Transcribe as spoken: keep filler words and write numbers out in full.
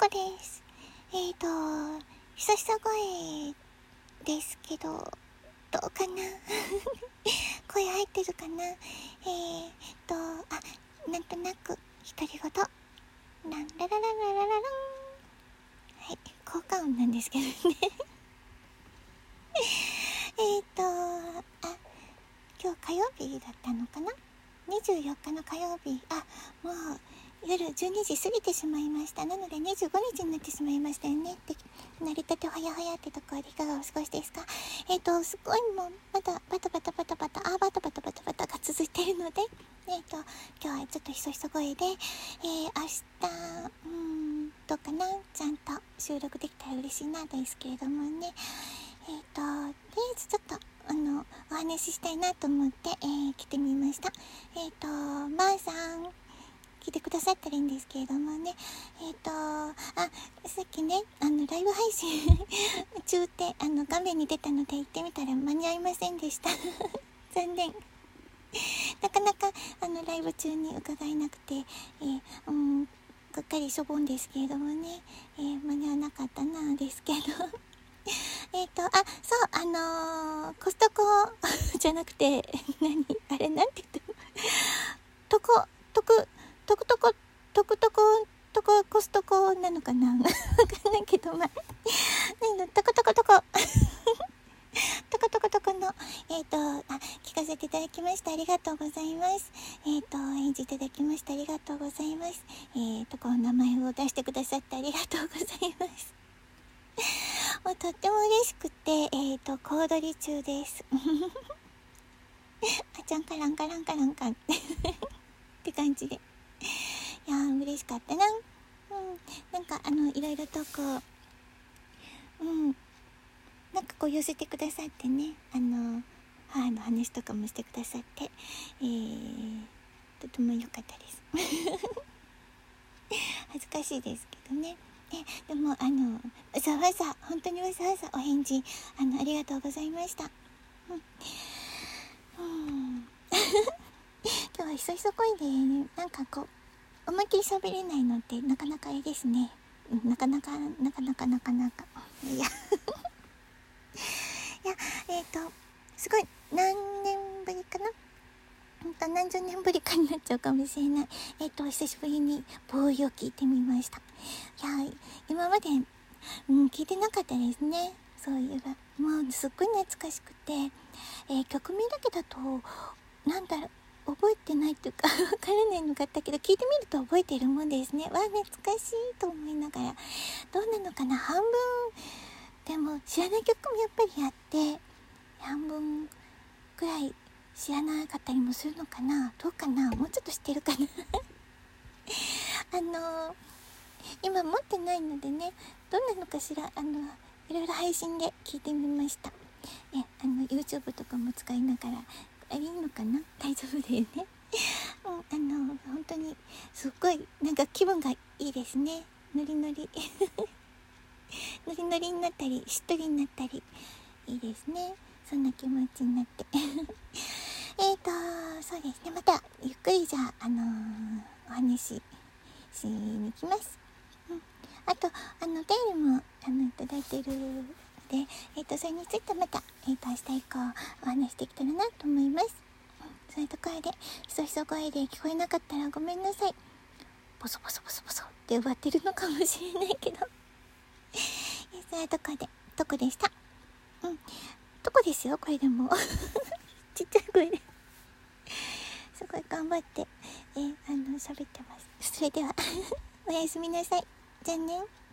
こです。えーと久々声ですけど、どうかな声入ってるかな。えーとあなんとなく独り言ランラララララララン、はい、効果音なんですけどねえっとあ今日火曜日だったのかな。にじゅうよっかの火曜日、あもう夜じゅうにじ過ぎてしまいました。なのでにじゅうごにちになってしまいましたよね。って成り立てほやほやってところでいかがお過ごしですか。えっ、ー、とすごいもうまだバタバタバタバタあバタバタバタバタが続いているので、えっ、ー、と今日はちょっとひそひそ声で、えー、明日うーんどうかな、ちゃんと収録できたら嬉しいなですけれどもね。えっ、ー、ととりあえずちょっとあのお話ししたいなと思って、えー、来てみました。えっ、ー、とまーさん聞いてくださったらいいんですけれどもね。えっ、ー、とあさっきねあのライブ配信中ってあの画面に出たので行ってみたら間に合いませんでした残念なかなかあのライブ中に伺えなくて、えー、うんがっかりしょぼんですけれどもね、えー、間に合わなかったなですけどえっとあそうあのー、コストコじゃなくて何あれなんて言ったのとこ、とく、とくとこ、とくとこ、とこ、コストコなのかなわかんないけど、まあ、何の、とことことこ、とことことこの、えっと、あ、聞かせていただきました。ありがとうございます。えっと、演じていただきました。ありがとうございます。えっと、この名前を出してくださってありがとうございます。もうとっても嬉しくて、えっと、小躍り中です。あちゃんカランカランカランカンって感じで、いやー嬉しかったな。うん、なんかあのいろいろとこう、うん、なんかこう寄せてくださってね、あの母の話とかもしてくださって、えー、とても良かったです恥ずかしいですけどね。えでもあのわざわざ本当にわざわざお返事あのありがとうございました。うんうん今日はひそひそ声で、ね、なんかこう思いっきり喋れないのってなかなかいいですね。なかなかなかなかなかなかいやいやえっ、ー、とすごい何年ぶりかな、ほんと何十年ぶりかになっちゃうかもしれない。えっ、ー、と久しぶりにボーイを聞いてみました。いや今まで、うん、聞いてなかったですね。そういえばもうすっごい懐かしくて、えー、曲名だけだとなんだろう覚えてないっていうかわからないのがあったけど、聞いてみると覚えてるもんですね。わあ懐かしいと思いながら、どうなのかな、半分でも知らない曲もやっぱりあって、半分くらい知らなかったりもするのかな、どうかな、もうちょっと知ってるかなあのー、今持ってないのでね、どんなのかしら、あのいろいろ配信で聞いてみました。えあの YouTube とかも使いながら、あれいいのかな、大丈夫だよねうん、あの本当にすっごいなんか気分がいいですね。ノリノリノリノリになったりしっとりになったりいいですね。そんな気持ちになってえーとそうですね、またゆっくりじゃあ、あのー、お話ししに行きます。うん、あとあのお便りもあのいただいてるので、えーとそれについてまた、えーと明日以降お話しできたらなと思います。そういうところでひそひそ声で聞こえなかったらごめんなさい。ボソボソボソボソって奪ってるのかもしれないけどそういうところでどこでした。うんどこですよこれでもちっちゃい声ですごい頑張って、えー、あの喋ってます。それではおやすみなさい。じゃあね。